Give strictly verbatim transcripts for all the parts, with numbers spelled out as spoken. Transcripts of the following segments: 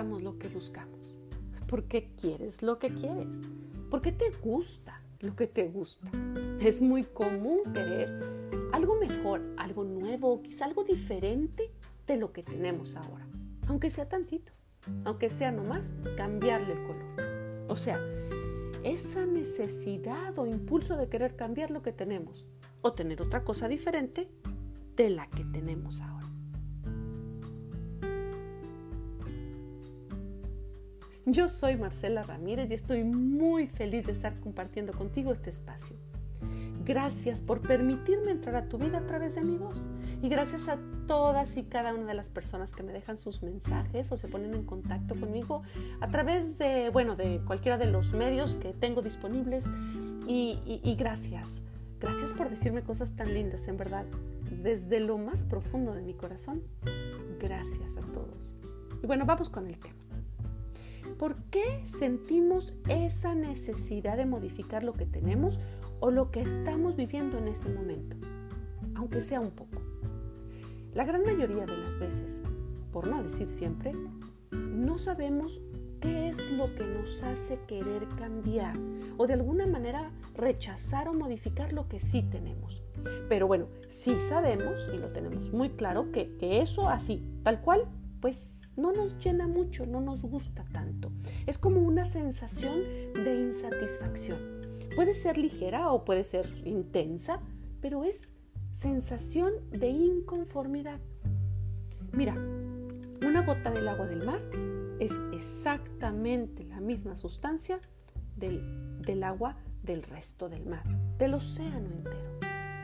buscamos lo que buscamos? ¿Por qué quieres lo que quieres? ¿Por qué te gusta lo que te gusta? Es muy común querer algo mejor, algo nuevo, quizá algo diferente de lo que tenemos ahora, aunque sea tantito, aunque sea nomás cambiarle el color. O sea, esa necesidad o impulso de querer cambiar lo que tenemos o tener otra cosa diferente de la que tenemos ahora. Yo soy Marcela Ramírez y estoy muy feliz de estar compartiendo contigo este espacio. Gracias por permitirme entrar a tu vida a través de mi voz. Y gracias a todas y cada una de las personas que me dejan sus mensajes o se ponen en contacto conmigo a través de, bueno, de cualquiera de los medios que tengo disponibles. Y, y, y gracias. Gracias por decirme cosas tan lindas, en verdad. Desde lo más profundo de mi corazón. Gracias a todos. Y bueno, vamos con el tema. ¿Por qué sentimos esa necesidad de modificar lo que tenemos o lo que estamos viviendo en este momento? Aunque sea un poco. La gran mayoría de las veces, por no decir siempre, no sabemos qué es lo que nos hace querer cambiar o de alguna manera rechazar o modificar lo que sí tenemos. Pero bueno, sí sabemos y lo tenemos muy claro que, que eso así, tal cual, pues no nos llena mucho, no nos gusta tanto. Es como una sensación de insatisfacción. Puede ser ligera o puede ser intensa, pero es sensación de inconformidad. Mira, una gota del agua del mar es exactamente la misma sustancia del, del agua del resto del mar, del océano entero.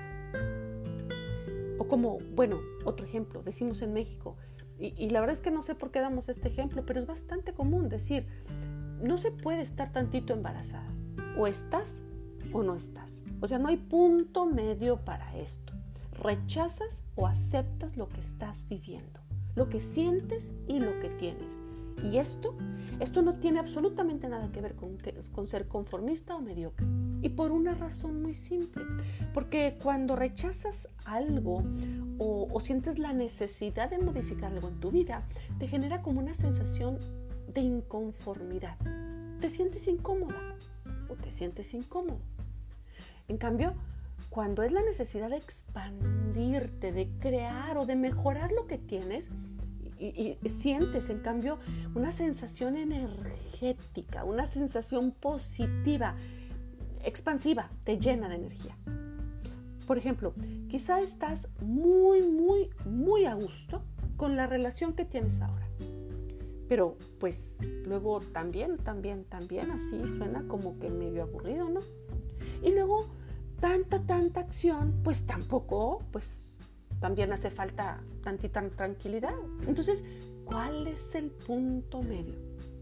O como, bueno, otro ejemplo, decimos en México, y, y la verdad es que no sé por qué damos este ejemplo, pero es bastante común decir, no se puede estar tantito embarazada, o estás o no estás. O sea, no hay punto medio para esto. Rechazas o aceptas lo que estás viviendo, lo que sientes y lo que tienes. Y esto, esto no tiene absolutamente nada que ver con, con ser conformista o mediocre. Y por una razón muy simple. Porque cuando rechazas algo o, o sientes la necesidad de modificar algo en tu vida, te genera como una sensación de inconformidad. Te sientes incómoda o te sientes incómodo. En cambio, cuando es la necesidad de expandirte, de crear o de mejorar lo que tienes, y, y sientes en cambio una sensación energética, una sensación positiva, expansiva, te llena de energía. Por ejemplo, quizá estás muy, muy, muy a gusto con la relación que tienes ahora. Pero pues luego también, también, también así suena como que medio aburrido, ¿no? Y luego tanta, tanta acción, pues tampoco, pues también hace falta tantita tranquilidad. Entonces, ¿cuál es el punto medio?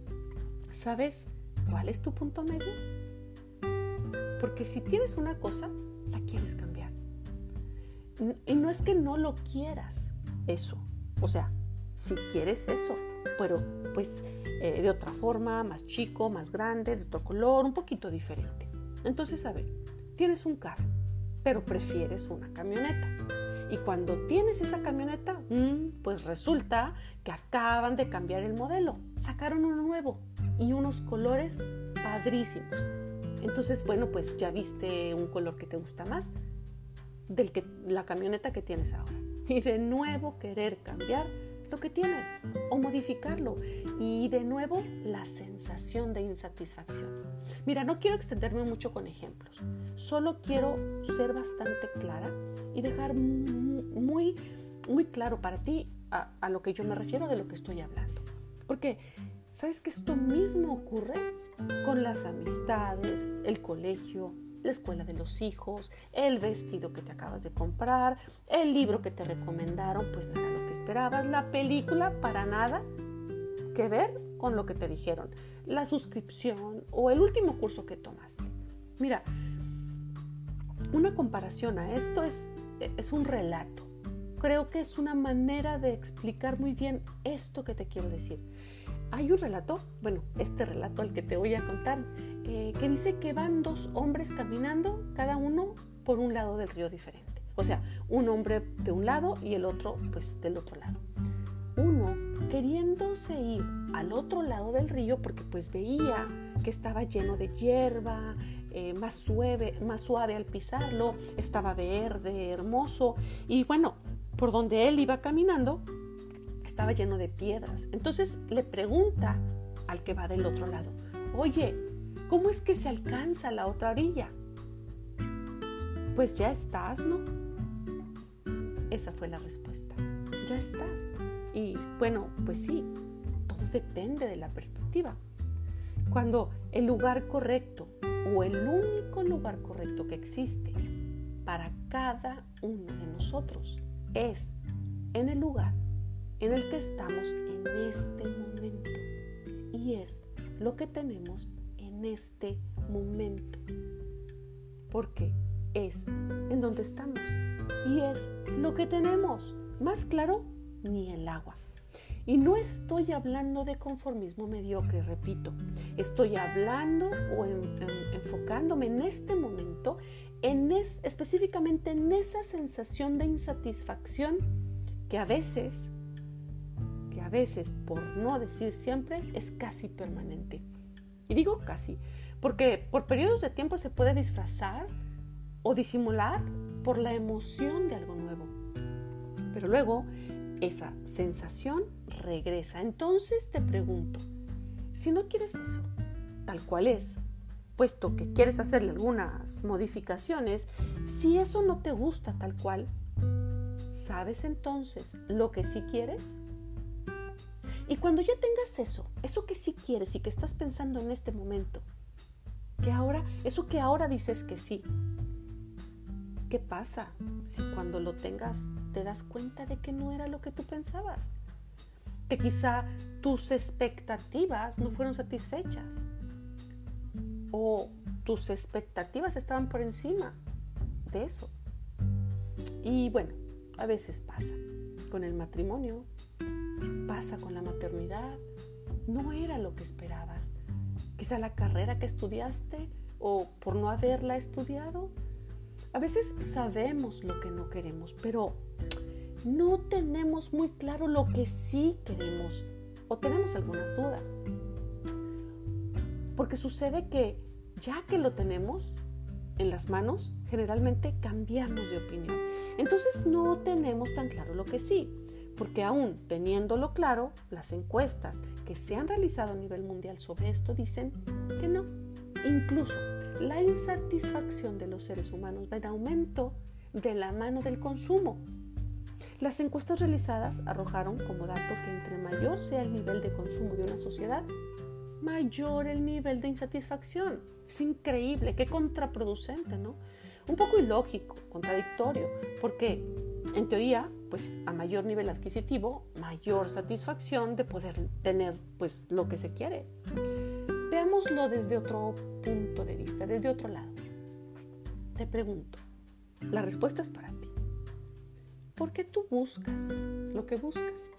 ¿Sabes cuál es tu punto medio? Porque si tienes una cosa, la quieres cambiar. Y no es que no lo quieras, eso. O sea, si quieres eso, pero pues eh, de otra forma, más chico, más grande, de otro color, un poquito diferente. Entonces, a ver, tienes un carro, pero prefieres una camioneta. Y cuando tienes esa camioneta, mmm, pues resulta que acaban de cambiar el modelo. Sacaron uno nuevo y unos colores padrísimos. Entonces, bueno, pues ya viste un color que te gusta más del que la camioneta que tienes ahora. Y de nuevo querer cambiar lo que tienes o modificarlo. Y de nuevo la sensación de insatisfacción. Mira, no quiero extenderme mucho con ejemplos. Solo quiero ser bastante clara y dejar muy, muy claro para ti a, a lo que yo me refiero, de lo que estoy hablando. Porque, ¿sabes que esto mismo ocurre con las amistades, el colegio, la escuela de los hijos, el vestido que te acabas de comprar, el libro que te recomendaron, pues no era lo que esperabas, la película para nada que ver con lo que te dijeron, la suscripción o el último curso que tomaste? Mira, una comparación a esto es, es un relato. Creo que es una manera de explicar muy bien esto que te quiero decir. Hay un relato, bueno, este relato al que te voy a contar, eh, que dice que van dos hombres caminando, cada uno por un lado del río diferente. O sea, un hombre de un lado y el otro, pues, del otro lado. Uno queriéndose ir al otro lado del río porque pues veía que estaba lleno de hierba, eh, más suave, más suave al pisarlo, estaba verde, hermoso, y bueno, por donde él iba caminando estaba lleno de piedras. Entonces le pregunta al que va del otro lado: oye, ¿cómo es que se alcanza la otra orilla? Pues ya estás, ¿no? Esa fue la respuesta. Ya estás. Y bueno, pues sí, todo depende de la perspectiva. Cuando el lugar correcto o el único lugar correcto que existe para cada uno de nosotros es en el lugar en el que estamos en este momento, y es lo que tenemos en este momento, porque es en donde estamos y es lo que tenemos. Más claro, ni el agua. Y no estoy hablando de conformismo mediocre, repito, estoy hablando o en, en, enfocándome en este momento, en es, específicamente en esa sensación de insatisfacción que a veces, que a veces, por no decir siempre, es casi permanente. Y digo casi, porque por periodos de tiempo se puede disfrazar o disimular por la emoción de algo nuevo. Pero luego esa sensación regresa. Entonces te pregunto, si no quieres eso, tal cual es, puesto que quieres hacerle algunas modificaciones, si eso no te gusta tal cual, ¿sabes entonces lo que sí quieres? Y cuando ya tengas eso, eso que sí quieres y que estás pensando en este momento, que ahora, eso que ahora dices que sí, ¿qué pasa si cuando lo tengas te das cuenta de que no era lo que tú pensabas? Que quizá tus expectativas no fueron satisfechas o tus expectativas estaban por encima de eso. Y bueno, a veces pasa con el matrimonio, pasa con la maternidad, no era lo que esperabas. Quizá la carrera que estudiaste o por no haberla estudiado. A veces sabemos lo que no queremos, pero no tenemos muy claro lo que sí queremos o tenemos algunas dudas. Porque sucede que ya que lo tenemos en las manos, generalmente cambiamos de opinión. Entonces no tenemos tan claro lo que sí, porque aún teniéndolo claro, las encuestas que se han realizado a nivel mundial sobre esto dicen que no. Incluso la insatisfacción de los seres humanos va en aumento de la mano del consumo. Las encuestas realizadas arrojaron como dato que entre mayor sea el nivel de consumo de una sociedad, mayor el nivel de insatisfacción. Es increíble, qué contraproducente, ¿no? Un poco ilógico, contradictorio, porque en teoría, pues a mayor nivel adquisitivo, mayor satisfacción de poder tener pues lo que se quiere. Veámoslo desde otro punto de vista, desde otro lado. Te pregunto, la respuesta es para ti. ¿Por qué tú buscas lo que buscas?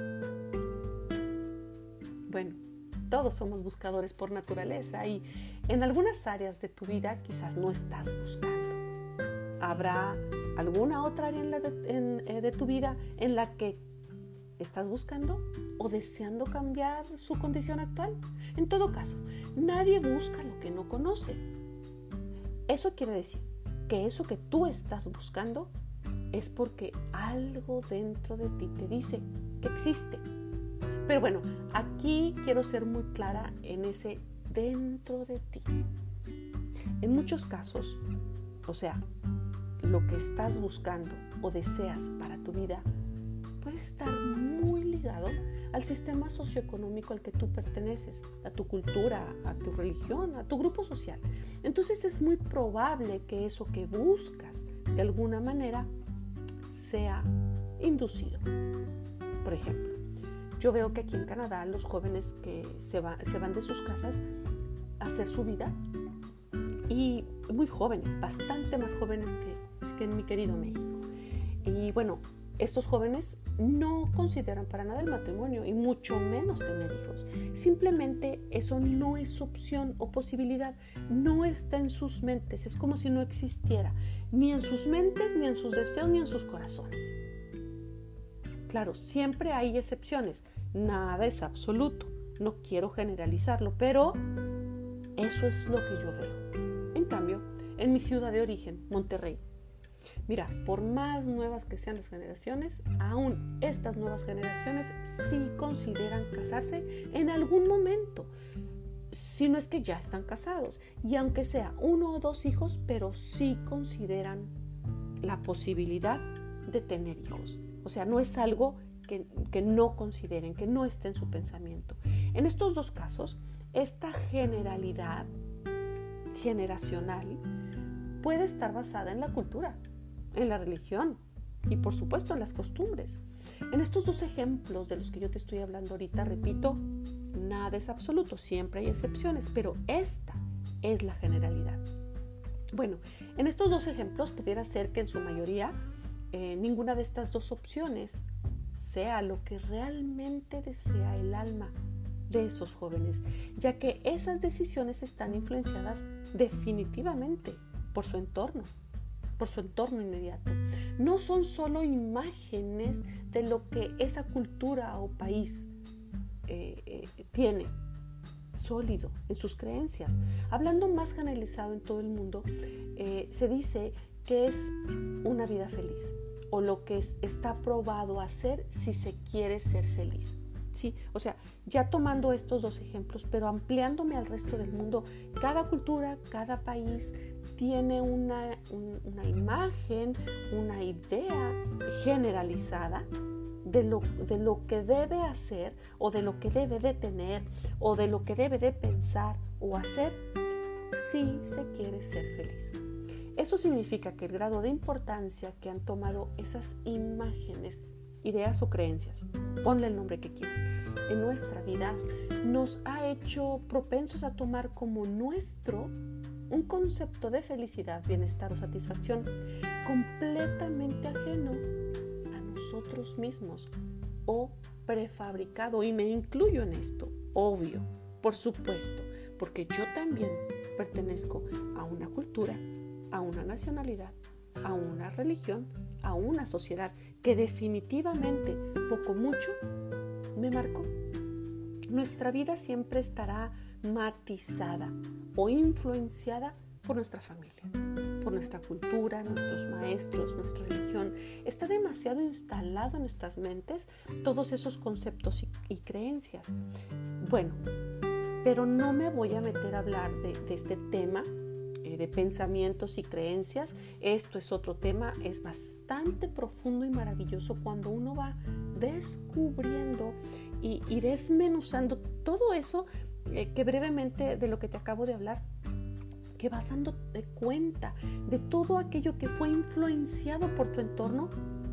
Bueno, todos somos buscadores por naturaleza y en algunas áreas de tu vida quizás no estás buscando. ¿Habrá alguna otra área en la de, en, eh, de tu vida en la que estás buscando o deseando cambiar su condición actual? En todo caso, nadie busca lo que no conoce. Eso quiere decir que eso que tú estás buscando es porque algo dentro de ti te dice que existe. Pero bueno, aquí quiero ser muy clara en ese dentro de ti. En muchos casos, o sea, lo que estás buscando o deseas para tu vida puede estar muy ligado al sistema socioeconómico al que tú perteneces, a tu cultura, a tu religión, a tu grupo social. Entonces es muy probable que eso que buscas de alguna manera sea inducido. Por ejemplo, yo veo que aquí en Canadá los jóvenes que se, va, se van de sus casas a hacer su vida, y muy jóvenes, bastante más jóvenes que, que en mi querido México. Y bueno, estos jóvenes no consideran para nada el matrimonio y mucho menos tener hijos. Simplemente eso no es opción o posibilidad, no está en sus mentes, es como si no existiera, ni en sus mentes, ni en sus deseos, ni en sus corazones. Claro, siempre hay excepciones. nada es absoluto. No quiero generalizarlo, pero eso es lo que yo veo. En cambio, en mi ciudad de origen, Monterrey, mira, por más nuevas que sean las generaciones, aún estas nuevas generaciones sí consideran casarse en algún momento, si no es que ya están casados, y aunque sea uno o dos hijos, pero sí consideran la posibilidad de tener hijos. O sea, no es algo que, que no consideren, que no esté en su pensamiento. En estos dos casos, esta generalidad generacional puede estar basada en la cultura, en la religión y por supuesto en las costumbres. En estos dos ejemplos de los que yo te estoy hablando ahorita, repito, nada es absoluto, siempre hay excepciones, pero esta es la generalidad. Bueno, en estos dos ejemplos pudiera ser que en su mayoría eh, ninguna de estas dos opciones sea lo que realmente desea el alma de esos jóvenes, ya que esas decisiones están influenciadas definitivamente por su entorno, por su entorno inmediato. No son solo imágenes de lo que esa cultura o país eh, eh, tiene sólido en sus creencias. Hablando más generalizado en todo el mundo, eh, se dice que es una vida feliz o lo que es, está probado hacer si se quiere ser feliz. Sí, o sea, ya tomando estos dos ejemplos, pero ampliándome al resto del mundo, cada cultura, cada país tiene una, un, una imagen, una idea generalizada de lo, de lo que debe hacer o de lo que debe de tener o de lo que debe de pensar o hacer si se quiere ser feliz. Eso significa que el grado de importancia que han tomado esas imágenes, ideas o creencias, ponle el nombre que quieras, en nuestra vida nos ha hecho propensos a tomar como nuestro un concepto de felicidad, bienestar o satisfacción completamente ajeno a nosotros mismos o prefabricado, y me incluyo en esto, obvio, por supuesto, porque yo también pertenezco a una cultura, a una nacionalidad, a una religión, a una sociedad que definitivamente, poco mucho, me marcó. Nuestra vida siempre estará matizada o influenciada por nuestra familia, por nuestra cultura, nuestros maestros, nuestra religión. Está demasiado instalado en nuestras mentes todos esos conceptos y, y creencias. Bueno, pero no me voy a meter a hablar de, de este tema de pensamientos y creencias. Esto es otro tema, es bastante profundo y maravilloso cuando uno va descubriendo y, y desmenuzando todo eso eh, que brevemente de lo que te acabo de hablar, que vas dándote cuenta de todo aquello que fue influenciado por tu entorno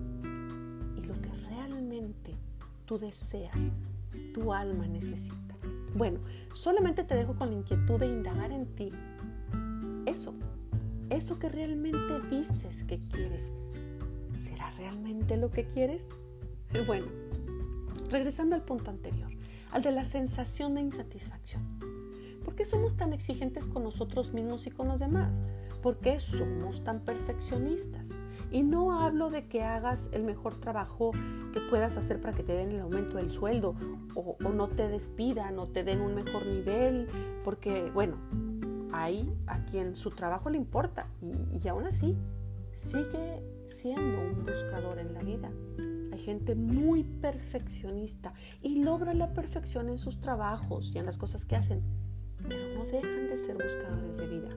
y lo que realmente tú deseas, tu alma necesita. Bueno, solamente te dejo con la inquietud de indagar en ti Eso, eso que realmente dices que quieres, ¿será realmente lo que quieres? Bueno, regresando al punto anterior, al de la sensación de insatisfacción. ¿Por qué somos tan exigentes con nosotros mismos y con los demás? ¿Por qué somos tan perfeccionistas? Y no hablo de que hagas el mejor trabajo que puedas hacer para que te den el aumento del sueldo o, o no te despidan o te den un mejor nivel, porque, bueno, hay a quien su trabajo le importa y, y aún así sigue siendo un buscador en la vida. Hay gente muy perfeccionista y logra la perfección en sus trabajos y en las cosas que hacen, pero no dejan de ser buscadores de vida.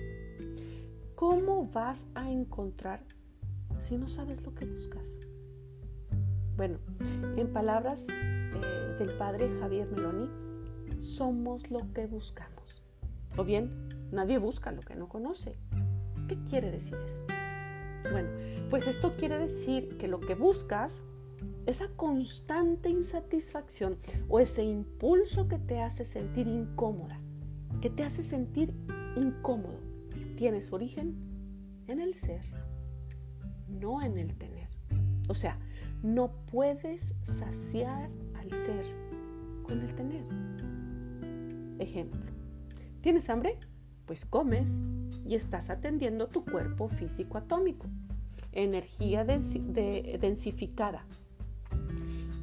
¿Cómo vas a encontrar si no sabes lo que buscas? Bueno, en palabras eh, del padre Javier Meloni, somos lo que buscamos. O bien, nadie busca lo que no conoce. ¿Qué quiere decir eso? Bueno, pues esto quiere decir que lo que buscas, esa constante insatisfacción o ese impulso que te hace sentir incómoda, que te hace sentir incómodo, tiene su origen en el ser, no en el tener. O sea, no puedes saciar al ser con el tener. Ejemplo. ¿Tienes hambre? Pues comes y estás atendiendo tu cuerpo físico atómico. Energía densi- de, densificada.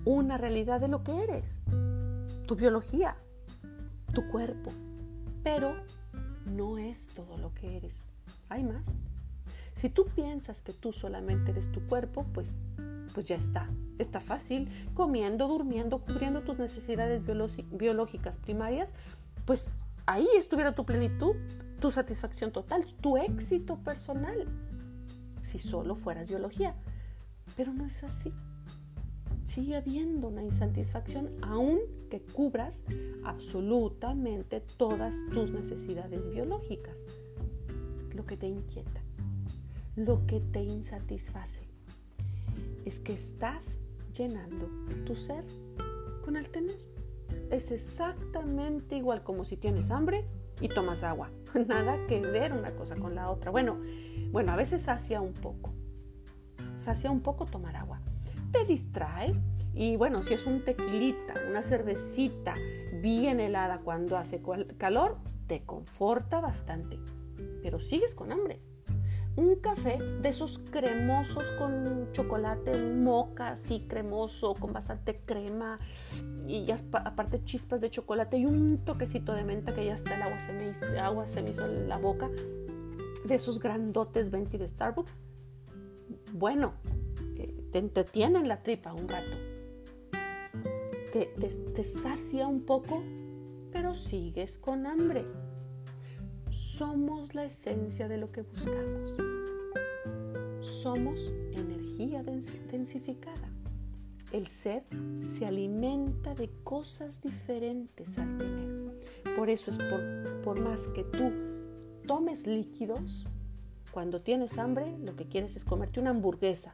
una realidad de lo que eres, tu biología, tu cuerpo, pero no es todo lo que eres, hay más. Si tú piensas que tú solamente eres tu cuerpo, pues, pues ya está, está fácil, comiendo, durmiendo, cubriendo tus necesidades biológicas primarias, pues ahí estuviera tu plenitud, tu satisfacción total, tu éxito personal, si solo fueras biología. Pero no es así. Sigue habiendo una insatisfacción aun que cubras absolutamente todas tus necesidades biológicas. Lo que te inquieta, lo que te insatisface, es que estás llenando tu ser con el tener. Es exactamente igual como si tienes hambre y tomas agua. Nada que ver una cosa con la otra. Bueno, bueno, a veces sacia un poco. Sacia un poco tomar agua. Te distrae y bueno, si es un tequilita, una cervecita bien helada cuando hace calor, te conforta bastante. Pero sigues con hambre. Un café de esos cremosos con chocolate, un moca así cremoso con bastante crema y ya aparte chispas de chocolate y un toquecito de menta que ya hasta el agua se me hizo, agua se me hizo en la boca, de esos grandotes venti de Starbucks. Bueno, eh, te entretienen la tripa un rato, te, te, te sacia un poco, pero sigues con hambre. Somos la esencia de lo que buscamos. Somos energía densificada. El ser se alimenta de cosas diferentes al tener. Por eso es por, por más que tú tomes líquidos, cuando tienes hambre, lo que quieres es comerte una hamburguesa.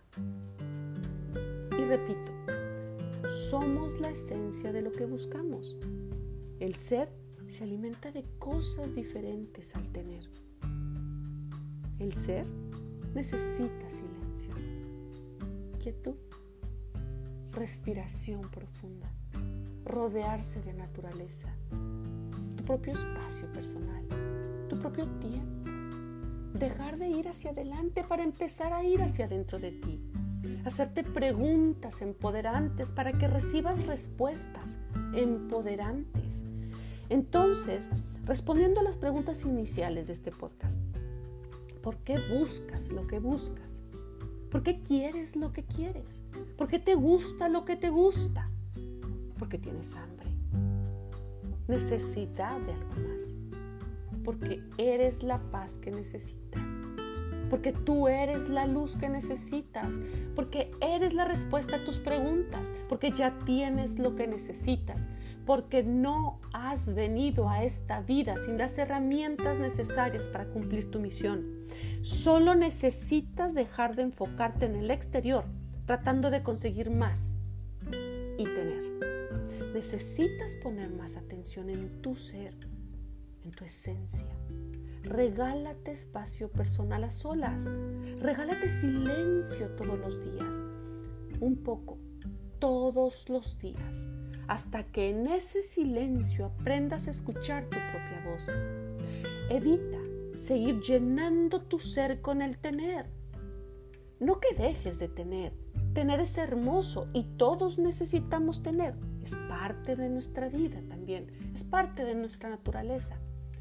Y repito, somos la esencia de lo que buscamos. El ser se alimenta de cosas diferentes al tener. El ser necesita silencio, quietud, respiración profunda, rodearse de naturaleza, tu propio espacio personal, tu propio tiempo, dejar de ir hacia adelante para empezar a ir hacia adentro de ti, hacerte preguntas empoderantes para que recibas respuestas empoderantes. Entonces, respondiendo a las preguntas iniciales de este podcast, ¿por qué buscas lo que buscas? ¿Por qué quieres lo que quieres? ¿Por qué te gusta lo que te gusta? Porque tienes hambre, necesidad de algo más, porque eres la paz que necesitas, porque tú eres la luz que necesitas, porque eres la respuesta a tus preguntas, porque ya tienes lo que necesitas, porque no has venido a esta vida sin las herramientas necesarias para cumplir tu misión. Solo necesitas dejar de enfocarte en el exterior, tratando de conseguir más y tener. Necesitas poner más atención en tu ser, en tu esencia. Regálate espacio personal a solas. Regálate silencio todos los días. Un poco, todos los días. Hasta que en ese silencio aprendas a escuchar tu propia voz. Evita seguir llenando tu ser con el tener. No que dejes de tener. Tener es hermoso y todos necesitamos tener. Es parte de nuestra vida también. Es parte de nuestra naturaleza.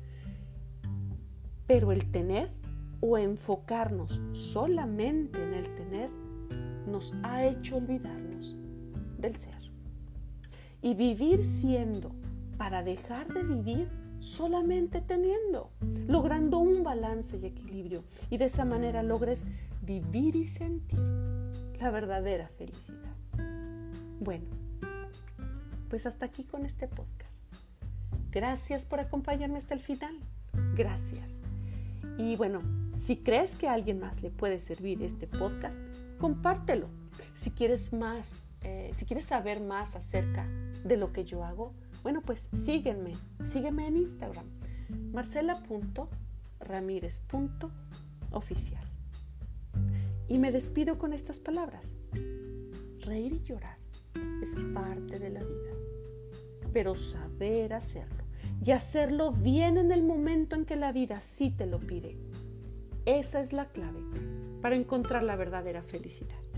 Pero el tener o enfocarnos solamente en el tener nos ha hecho olvidarnos del ser. Y vivir siendo para dejar de vivir solamente teniendo, logrando un balance y equilibrio. Y de esa manera logres vivir y sentir la verdadera felicidad. Bueno, pues hasta aquí con este podcast. Gracias por acompañarme hasta el final. Gracias. Y bueno, si crees que a alguien más le puede servir este podcast, compártelo. Si quieres más, eh, si quieres saber más acerca de lo que yo hago, bueno, pues sígueme, sígueme en Instagram, marcela punto ramírez punto oficial. Y me despido con estas palabras. Reír y llorar es parte de la vida, pero saber hacerlo y hacerlo bien en el momento en que la vida sí te lo pide, esa es la clave para encontrar la verdadera felicidad.